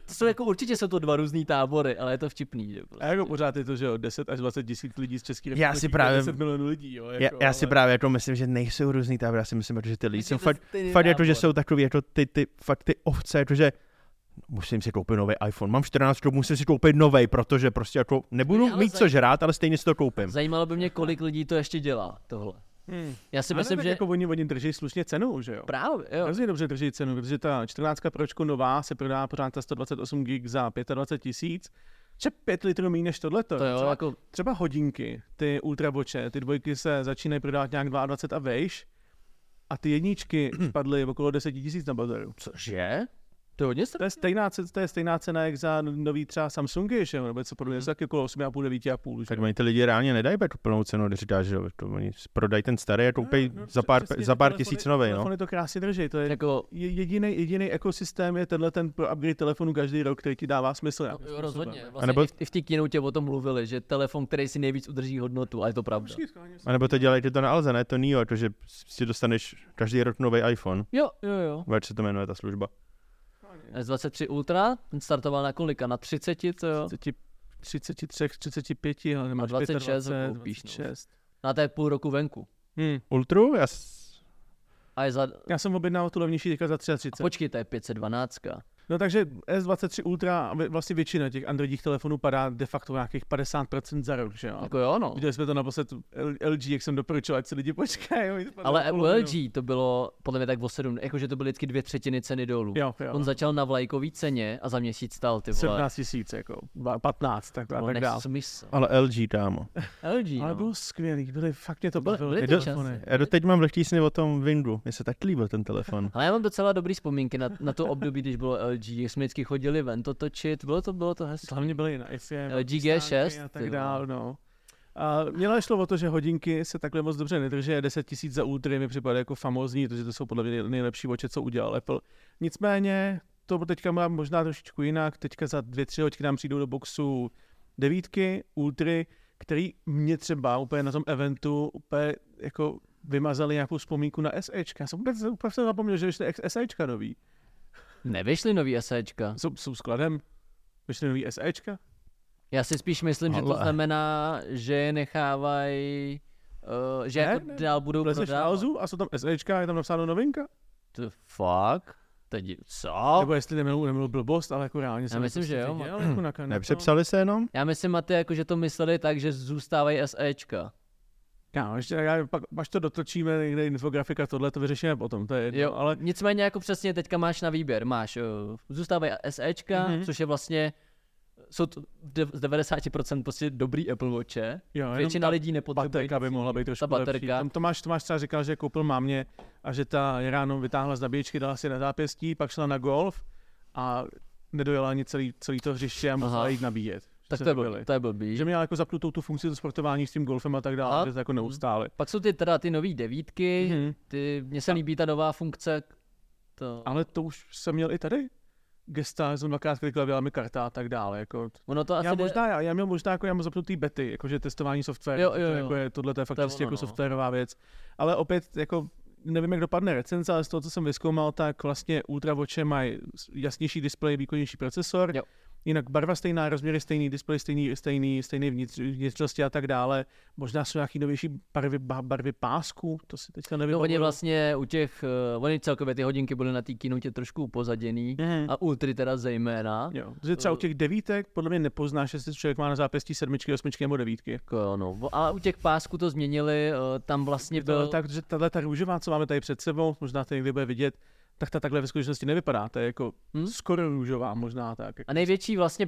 jsou jako určitě jsou to dva různý tábory, ale je to vtipný. Že prostě. A jako pořád je to, že jo, 10 až 20 tisíc lidí z České republiky. Já si právě 10 milionů lidí, jo. Jako, já si právě jako myslím, že nejsou různý tábory, já si myslím, že ty lidi jsou fakt jako, že jsou takový jako ty ovce, jako že musím si koupit nový iPhone, mám 14, musím si koupit nový, protože prostě jako nebudu mít co žrát, ale stejně si to koupím. Zajímalo by mě, kolik lidí to ještě dělá, tohle. Já si myslím, že... Jako oni drží slušně cenu, že jo? Právě, jo. Hrozně dobře drží cenu, protože ta 14 Pročko nová se prodá pořád za 128 gig za 25 tisíc. 5 litrů méně než tohleto. To jo, jako... Třeba hodinky, ty ultraboče, ty dvojky se začínají prodávat nějak 22 a vejš a ty jedničky spadly okolo 10 tisíc na bazaru. Cože? To je hodně to je stejná cena, jak za nový třeba Samsungy, že jo? Nebo co podobně, taky okolo 8,5, 9,5. Tak oni ty lidi reálně nedají tu plnou cenu, když říkáš, že oni prodají ten starý a koupí za pár tisíc novej, no. Telefony to krásně drží, to je jako... jediný ekosystém je ten pro upgrade telefonu každý rok, který ti dává smysl. Jo, rozhodně. Vlastně nebo... i v té keynote o tom mluvili, že telefon, který si nejvíc udrží hodnotu, a je to pravda. A nebo to dělejte to na Alze, ne to Neo, jakože si dostaneš každý rok nový iPhone. Jo. Jak se to jmenuje ta služba? S23 Ultra, ten startoval na kolika? Na 30, co jo? 33, 35, ale nemáš 26, 26. Na té půl roku venku. Ultru? Já jsem objednal tu levnější teďka za 33. A počkej, to je 512. No takže S23 Ultra, vlastně většina těch androidních telefonů padá de facto nějakých 50% za rok, že jo? Jako jo, no. Viděli jsme to naposled LG, jak jsem doporučil, ať se lidi počkají. Ale u LG to bylo podle mě tak o 7, jakože to byly vždycky 2/3 ceny dolů. Jo. On začal na vlajkový ceně a za měsíc stál ty vole. 17 tisíc, jako 15, tak dál. Ale LG, kámo. LG, ale no. bylo skvělý, fakt mě to bavilo. Já doteď mám lehký sny o tom Windu, mně se tak líbil ten telefon. Ale já mám docela dobrý vzpomínky na to období, když bylo LG, jak jsme vždycky chodili ven to točit, bylo to hezké. Hlavně byly na IFM, LG G6 a tak dál, no. A měla šlo o to, že hodinky se takhle moc dobře nedrží, 10 000 za Ultry mi připadá jako famózní, protože to jsou podle mě nejlepší oči, co udělal Apple. Nicméně to teďka mám možná trošičku jinak, teďka za 2-3 hoďky nám přijdou do boxu 9, Ultry, který mě třeba úplně na tom eventu úplně jako vymazali nějakou vzpomínku na SEčka. Já jsem úplně zapomněl, že vyšly SEčka nový. Nevyšly nový SEčka. Jsou skladem? Vyšly nový SEčka? Já si spíš myslím, že to znamená, že je nechávají, že jako dál budou prodávat. A jsou tam SEčka, je tam napsáno novinka? To fakt? Teď, co? Nebo jestli neměl blbost, ale jako reálně já myslím, že jo. Jako nepřepsali se jenom? Já myslím, Maty, jako, že to mysleli tak, že zůstávají SEčka. Pak až to dotočíme někde infografika, tohle to vyřešíme potom, to je jedno, jo, ale... Nicméně jako přesně teďka máš na výběr, zůstávají SEčka, což je vlastně, jsou to z 90% prostě dobrý Apple Watche, většina lidí nepotřebuje. Baterka by mohla být trošku lepší. Tomáš třeba říkal, že koupil mámě a že ta ráno vytáhla z nabíječky, dala si na zápěstí, pak šla na golf a nedojela ani celý to hřiště a musela jít nabíjet. Tak to je blbý. Že měla jako zapnutou tu funkci do sportování s tím golfem a tak dále, že to jako neustále. Pak jsou ty nový 9, mně se líbí ta nová funkce. Ale to už jsem měl i tady. Gesta, jsem dvakrát klikl, byla mi karta a tak dále. Jako. Ono to asi já měl zapnutý bety, jakože testování softwaru. Jo. Tohle je fakt čistě jako softwarová věc. Ale opět, jako nevím, jak dopadne recenze, ale z toho, co jsem vyzkoumal, tak vlastně ultravoče mají jasnější displej, výkonnější procesor. Jo. Jinak barva stejná, rozměry stejný, displej stejný vnitřnosti a tak dále. Možná jsou nějaký novější barvy pásku, to si teďka nevím. No oni vlastně oni celkově ty hodinky byly na té keynote trošku upozaděný a Ultry teda zejména. Jo, protože třeba u těch 9 podle mě nepoznáš, jestli člověk má na zápěstí 7, 8 nebo 9. No, ale u těch pásků to změnili, tam vlastně byl... Tak, že ta růžová, co máme tady před sebou, možná to někdy bude vidět, tak ta takhle ve skutečnosti nevypadá, to je jako skoro růžová možná tak. A největší vlastně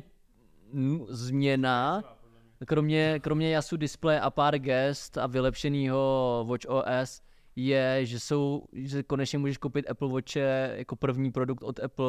změna, kromě jasu displeje a pár gest a vylepšeného WatchOS, je, že konečně můžeš koupit Apple Watche jako první produkt od Apple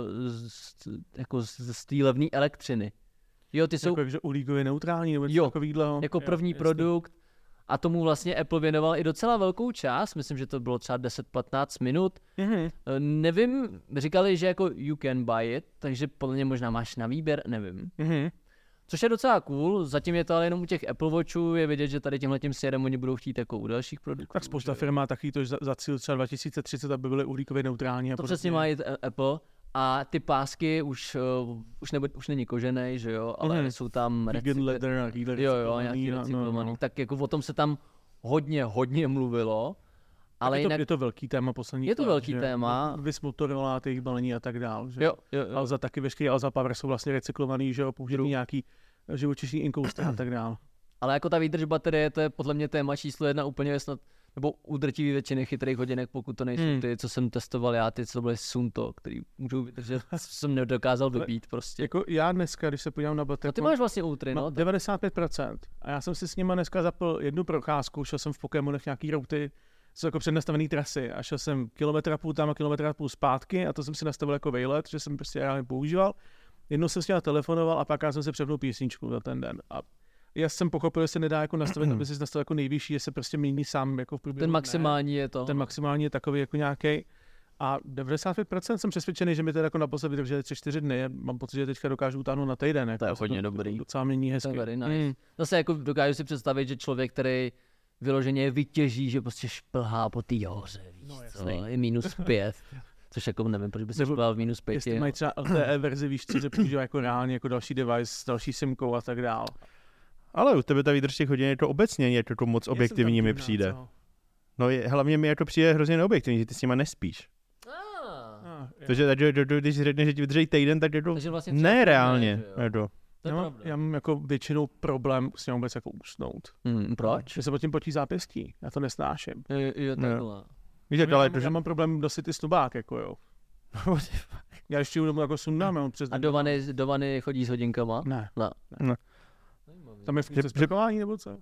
z té levné elektřiny. Jo, ty jsou... Takže uhlíkově neutrální nebo něco takovýhleho. Jako první produkt. A tomu vlastně Apple věnoval i docela velkou část, myslím, že to bylo třeba 10-15 minut. Nevím, říkali, že jako you can buy it, takže podle mě možná máš na výběr, nevím. Což je docela cool, zatím je to ale jenom u těch Apple Watchů, je vidět, že tady tímhletím směrem oni budou chtít jako u dalších produktů. Tak spousta firm má taky to za cíl třeba 2030, aby byly uhlíkově neutrální. To přesně má jít Apple. A ty pásky už není kožený, že jo, ale jsou tam jo, nějaký recyklovaný. Tak jako o tom se tam hodně mluvilo. Ale je to velký téma poslední. Je to velký téma. Vys Motorola, těch balení a tak dál. Že? Jo. Alza taky veškerý Alza Power jsou vlastně recyklovaný, že jo, použitý nějaký živočišný inkousty a tak dál. Ale jako ta výdrž baterie, to je podle mě téma číslo 1 úplně snad, nebo u drtivé většiny chytrých hodinek, pokud to nejsou ty, co jsem testoval já, ty, co byly Sunto, který můžou vydržet, jsem nedokázal vybít prostě. Jako já dneska, když se podívám na baterku... No ty máš vlastně Ultry, no? 95%. A já jsem si s nima dneska zapl jednu procházku, šel jsem v Pokémonech nějaký routy, jsou jako přednastavený trasy a šel jsem 1,5 kilometru tam a 1,5 kilometru zpátky a to jsem si nastavil jako vejlet, že jsem prostě reálně používal. Jednou jsem s těma telefonoval a pak jsem si přepnul písničku za ten den. A já jsem pochopil, že se nedá jako nastavit, aby si nastavil jako nejvyšší, že se prostě mění sám jako v průběhu. Ten maximální je to. Ten maximální je takový jako nějaký. A 95% jsem přesvědčený, že mi to jako naposled vydrželi 3-4 dny. Mám pocit, že teďka dokážu utáhnout na týden. Jako to je hodně dobrý. Docela mění hezky. To je nice. Zase jako dokážu si představit, že člověk, který vyloženě vytěží, že prostě šplhá po té hoře, víš co, je -5. Což jako nevím, proč by se šplhal v -5. Jestli mají třeba LTE verzi, víš co, že používá jako reálně jako další device s další simkou a tak dál. Ale u tebe ta výdrž těch hodin je to obecně, je to moc objektivní mi přijde. No hlavně mi to přijde hrozně neobjektivní, že ty s nima nespíš. Takže když řekneš, že ti vydrží týden, tak je to vlastně nereálně. Já mám jako většinou problém s ním vůbec jako usnout. Proč? Že se pod tím potí zápěstí, já to nesnáším. Jo, takhle. Víš, já mám problém dosit ty snubák, jako jo. Já ještě domů jako sundám, přes... A do vany chodí s hodinkama? Ne. Tam je funkce sprchování nebo co?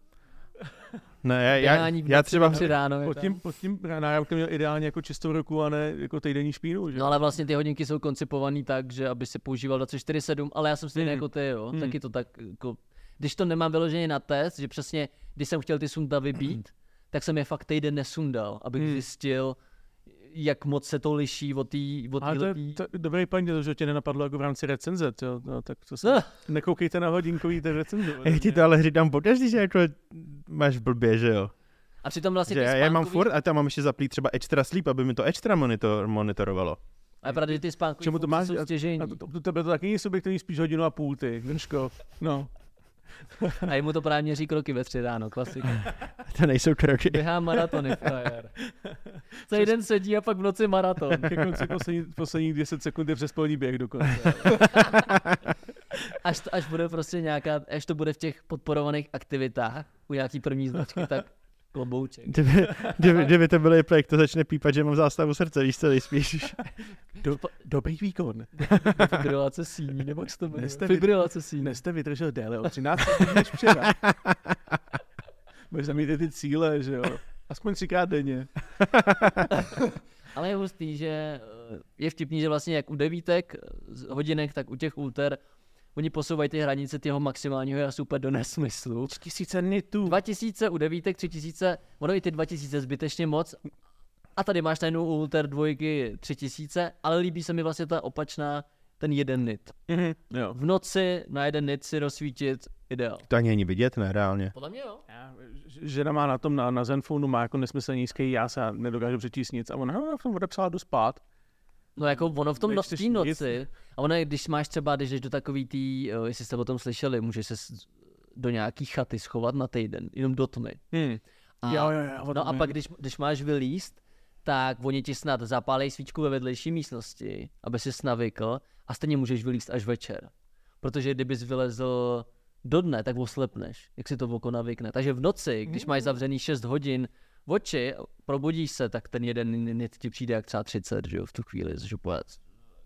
Ne, já třeba ráno, pod tím náramkem měl ideálně jako čistou ruku a ne jako týdenní špínu, že? No ale vlastně ty hodinky jsou koncipovaný tak, že aby se používal 24/7, ale já jsem stejný jako ty, jo. Taky to tak jako, když to nemám vyloženě na test, že přesně, když jsem chtěl ty sunda vybít, tak jsem je fakt týden nesundal, abych zjistil, jak moc se to liší od té... Ale to je dobrý point, že tě nenapadlo jako v rámci recenze, jo? No, tak to se... Nekoukejte na hodinkový ten recenze. Já ti to ale říkám pokaždý, že jako máš blbě, že jo? A přitom vlastně já mám furt a tam mám ještě zaplý třeba extra sleep, aby mi to extra monitorovalo. A je pravda, že ty spánkový čemu to máš? Jsou stěžejní. To tebe to taky není subjektivní, spíš 1,5 hodiny, ty, Grško. No. A jemu to právě měří kroky ve 3 ráno, klasika. To nejsou kroky. Běhá maratony, frajer. Celý den sedí a pak v noci maraton. Ke konci posledních 10 sekund je přespolní běh dokonce. Až bude prostě nějaká, až to bude v těch podporovaných aktivitách u nějaký první značky, tak klobouček. Kdyby to byl projekt, to začne pípat, že mám zástavu srdce, víš co, nejspíš. Dobrý výkon. Fibrilace síní, nebo co to bude? Fibrilace síní. Jste vydržel déle o 13 než včera. Můžeš zamít ty cíle, že jo. Aspoň 3krát denně. Ale je hustý, že je vtipný, že vlastně jak u devítek hodinek, tak u těch Ulter oni posouvají ty hranice těho maximálního a super do nesmyslu. 3000 nitů. 2000 u devítek, 3000, ono i ty 2000 zbytečně moc. A tady máš ten Ulter 2 3000, ale líbí se mi vlastně ta opačná, ten 1 nit. Jo. V noci na 1 nit si rozsvítit ideál. To ani není vidět, ne, reálně. Podle mě jo. Žena má na tom, na Zenfonu má jako nesmyslně nízký jas a nedokážu přečíst nic a ona v tom odepsala jdu spát. No jako ono v tom noci, a ono když máš třeba, když jdeš do takový tý, jestli jste o tom slyšeli, můžeš se do nějaký chaty schovat na týden, jenom do tmy. Jo. No a pak když máš vylízt, tak oni ti snad zapálej svíčku ve vedlejší místnosti, aby si navykl a stejně můžeš vylízt až večer. Protože kdybys vylezl do dne, tak oslepneš, jak si to oko navykne. Takže v noci, když máš zavřený 6 hodin oči, probudíš se, tak ten 1 nit ti přijde jak třeba 30, že jo, v tu chvíli, župovat.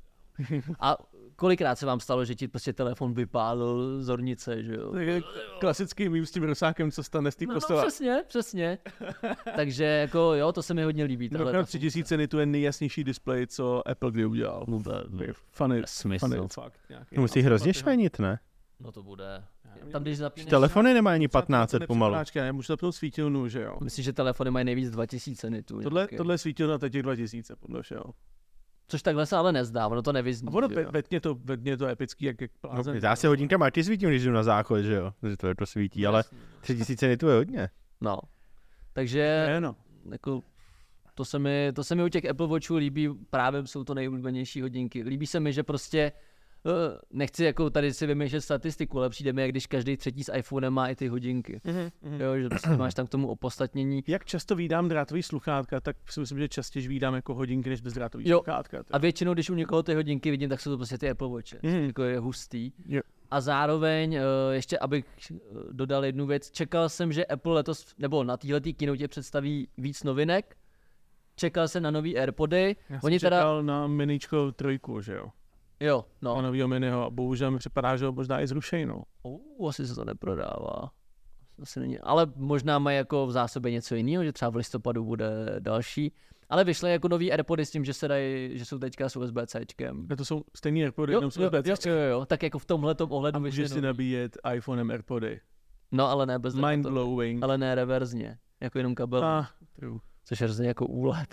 A kolikrát se vám stalo, že ti prostě telefon vypálil z ornice, že jo? Klasický mým s tím rosákem, co stane z té postele. No přesně. Takže jako jo, to se mi hodně líbí. No 3000 nitů je nejjasnější displej, co Apple kdy udělal. No to je funny fakt. Musí hrozně švenit, ne? No to bude. Tam, když zapíneš... Telefony nemají ani 1500 pomalu. Nemůžu zapnout svítilnu, že jo? Myslím, že telefony mají nejvíc 2000 nitů. Tohle je svítilna těch 2000, podle všeho. Což takhle se ale nezdá, ono to nevyzní. A ono vetně to epický, jak plázen. No, já se hodinka máti svítím, když jdu na záchod, že jo? Že to svítí, ale 3000 nitů je hodně. No. Takže no. jako To se mi u těch Apple Watchů líbí, právě jsou to nejoblíbenější hodinky. Líbí se mi, že prostě nechci jako tady si vymýšlet statistiku, ale přijde mi, jak když každý třetí s iPhonem má i ty hodinky. Jo, že prostě máš tam k tomu opodstatnění. Jak často vídám drátový sluchátka, tak si myslím, že častěji vídám jako hodinky než bezdrátový sluchátka. Tak. A většinou, když u někoho ty hodinky vidím, tak jsou to prostě ty Apple Watche. Jako je hustý. Jo. A zároveň, ještě abych dodal jednu věc, čekal jsem, že Apple letos, nebo na téhletý keynote představí víc novinek. Čekal jsem na nový AirPody. Já jsem čekal na Miničko 3, že jo? Jo, no. A novýho Miniho, a bohužel mi připadá, že ho možná i zrušej, no. Asi se to neprodává. Asi není. Ale možná mají jako v zásobě něco jiného, že třeba v listopadu bude další. Ale vyšly jako nový AirPody s tím, že se dají, že jsou teďka s USB-Cčkem. A to jsou stejný AirPody, jenom s USB-Cčkem. Jo, tak jako v tomhletom ohledu a můžeš si nabíjet iPhonem AirPody. No, ale ne bez mind-blowing. Ale ne reverzně, jako jenom kabel. Což je hrozně jako úlet.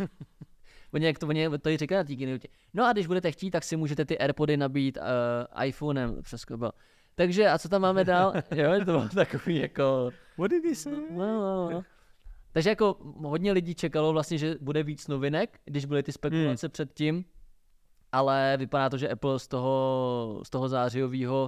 Oni to říkají na té keynote. No a když budete chtít, tak si můžete ty AirPody nabít iPhonem přes kabel. Takže a co tam máme dál? Jo, to bylo takový jako... What did he say? No. Takže jako hodně lidí čekalo vlastně, že bude víc novinek, když byly ty spekulace předtím, ale vypadá to, že Apple z toho zářijového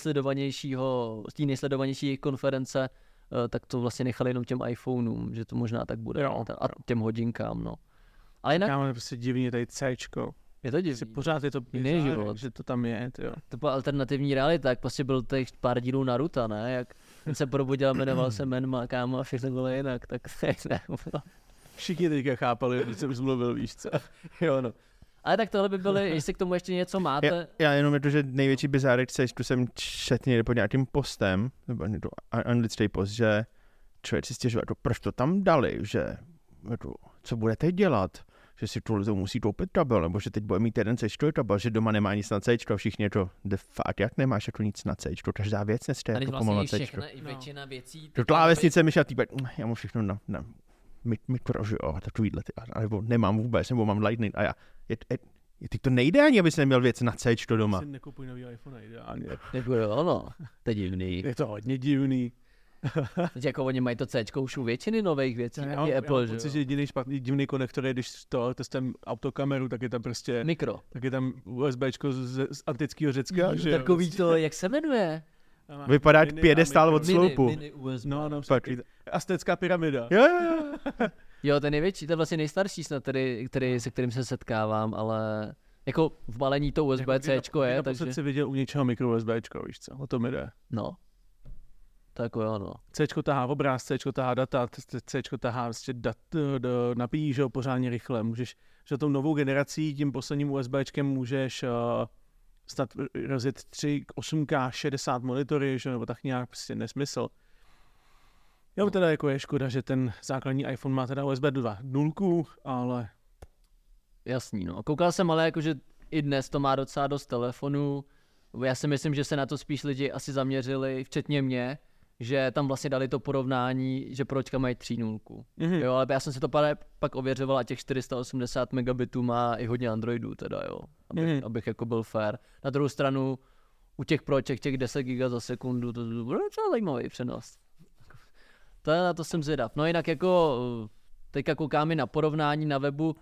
z té nejsledovanější konference, tak to vlastně nechali jenom těm iPhoneům, že to možná tak bude. Jo. A těm hodinkám, no. Ale jinak... Kámo, je prostě divný tady Cčko. Je to divný. Pořád je to jiný život. Že to tam je, jo. To byla alternativní realita, jak prostě byl těch pár dílů Naruta, ne? Jak se probudil, jmenoval se Menma, kámo, a všechno bylo jinak, tak ne. Všichni teďka chápali, když jsem mluvil, víš co. Jo, no. Ale tak tohle by byly, jestli k tomu ještě něco máte. Já jenom je to, že největší bizárek tu jsem četl někde pod nějakým postem, nebo anglický post, že člověk si stěžuje, proč to tam dali, že co budete dělat, že si to musí koupit tabel, nebo že teď bude mít jeden C tabel, že doma nemá nic na C, všichni je to de fakt, jak nemáš jako nic na C, každá věc neste jako pomalu na C. I většina věcí. To klávesnice mi šla týpek, já mám všechno na mikro, že jo, takovýhle, nebo nemám vůbec, nebo mám Lightning, a já, teď to nejde ani, abys neměl věc na C doma. Si nekupuj nový iPhone, ideálně. Ono, to je divný. Je to hodně divný. Teď jako oni mají to Cčko už u většiny nových věcí, já Apple, že že jediný špatný divný konektor je, když to testem autokameru, tak je tam prostě... Mikro. Tak je tam USBčko z antického Řecka, že jo. Takový to, jak se jmenuje? Vypadá jak piedestál od sloupu. Mini USB. No, aztecká pyramida. Jo. Jo, ten je větší, to je vlastně nejstarší snad, se kterým se setkávám, ale jako v balení to USB-Cčko je, takže... Já si viděl u něčeho mikro USBčko, víš co, o tom jde. No. Tak jo, no. Cčko tahá obráz, Cčko tahá data, Cčko tahá prostě napíjí, že jo, pořádně rychle. Můžeš, že tou novou generací, tím posledním USBčkem můžeš snad rozjet 8K 60 monitory, že, nebo tak nějak, prostě nesmysl. Jo, teda jako je škoda, že ten základní iPhone má teda USB 2.0, ale... Jasný, no. Koukal jsem ale jako, že i dnes to má docela dost telefonů. Já si myslím, že se na to spíš lidi asi zaměřili, včetně mě, že tam vlastně dali to porovnání, že pročka mají 3.0. Jo, ale já jsem si to pak ověřoval a těch 480 megabitů má i hodně Androidů teda, jo. Abych jako byl fair. Na druhou stranu u těch proček těch 10 GB za sekundu, to bude docela zajímavý přenos. Na to jsem zvědav. No jinak jako teďka koukáme na porovnání na webu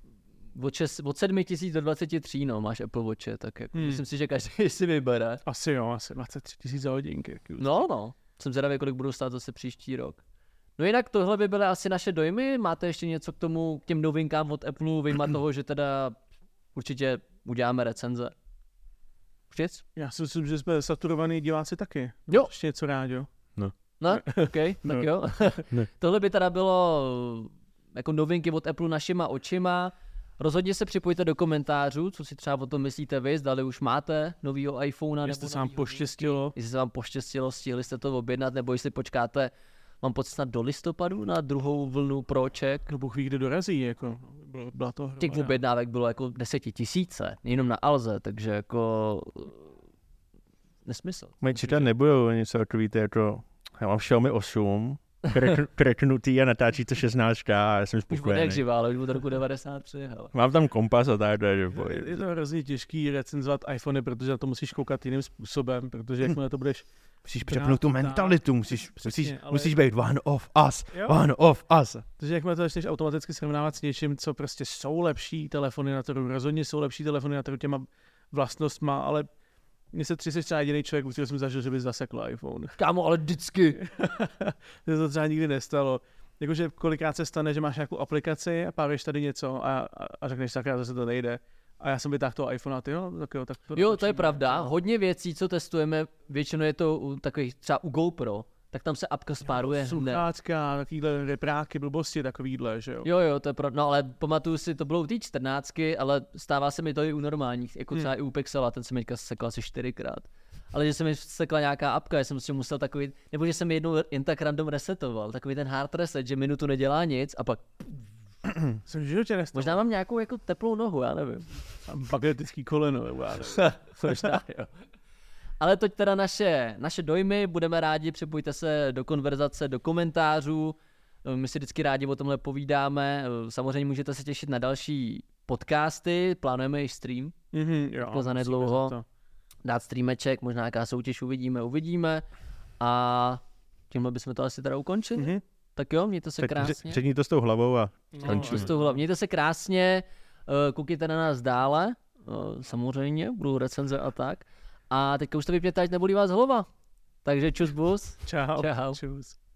od 7000 do 23, no, máš Apple Watche, tak jako myslím si, že každý si vybere. Asi 23 000 za hodinky. No. Jsem zvědavý, kolik budou stát zase příští rok. No jinak tohle by byly asi naše dojmy. Máte ještě něco k těm novinkám od Apple, vyjma toho, že teda určitě uděláme recenze? Už nic? Já si myslím, že jsme saturovaní diváci taky. Jo. Ještě něco rád, jo? No, ok, tak jo. Tohle by teda bylo jako novinky od Apple našima očima. Rozhodně se připojte do komentářů, co si třeba o tom myslíte vy, zdali už máte novýho iPhonea. Jestli se vám poštěstilo. Jestli se vám poštěstilo, stihli jste to objednat, nebo jestli počkáte, mám pocit snad do listopadu na druhou vlnu proček. No Bůh ví, kde dorazí, jako byla to hromada. Těch objednávek bylo jako 10 000, jenom na Alze, takže jako nesmysl. Moje čítat nebudou něco takový, jako já mám Xiaomi 8 kreknutý a natáčí to 16K a já jsem Už bude spokojený. jak živá, ale už od roku 93, hele. Mám tam kompas a tak, Je to hrozně těžký recenzovat iPhony, protože na to musíš koukat jiným způsobem, protože jakmile to budeš... Musíš přepnout tu mentalitu, musíš být one of us, Jo. one of us. Takže jakmile to začneš automaticky srovnávat s něčím, co prostě jsou lepší telefony na trhu, rozhodně jsou lepší telefony na trhu těma vlastnostma, ale mně se tři třeba jediný člověk, u kterého jsem zažil, že by zasekl iPhone. Kámo, ale vždycky. To se třeba nikdy nestalo. Jakože kolikrát se stane, že máš nějakou aplikaci a páruješ tady něco a řekneš tak, zase to nejde. A já jsem vytáhl toho iPhone a ty tak to... Jo, to je pravda. Hodně věcí, co testujeme, většinou je to u takových, třeba u GoPro, tak tam se apka spáruje hned. Sluchátka, takovýhle repráky, blbosti, takovýhle, že jo? Jo, to je pravda. No ale pamatuju si, to bylo u té 14, ale stává se mi to i u normálních, jako třeba i u Pixela, ten se mi sekl asi 4krát. Ale že se mi sekla nějaká apka, já jsem si musel takový, nebo že jsem mi jednou jen tak random resetoval, takový ten hard reset, že minutu nedělá nic a pak Jsem v životě nestalo. možná mám nějakou jako teplou nohu, já nevím. Magnetický koleno, nebo já nevím. Možná, jo. Ale toť teda naše dojmy, budeme rádi, připojte se do konverzace, do komentářů, my si vždycky rádi o tomhle povídáme, samozřejmě můžete se těšit na další podcasty, plánujeme i stream, Jo, jako zanedlouho, dát streameček, možná nějaká soutěž uvidíme a tímhle bychom to asi teda ukončili. Tak jo, mějte se krásně. Přední to s tou hlavou a skončíme. Mějte se krásně, koukejte na nás dále, samozřejmě, budou recenze a tak. A teďka už to vypněte, ať nebolí vás hlava. Takže čus bus. Čau. Čau. Čus.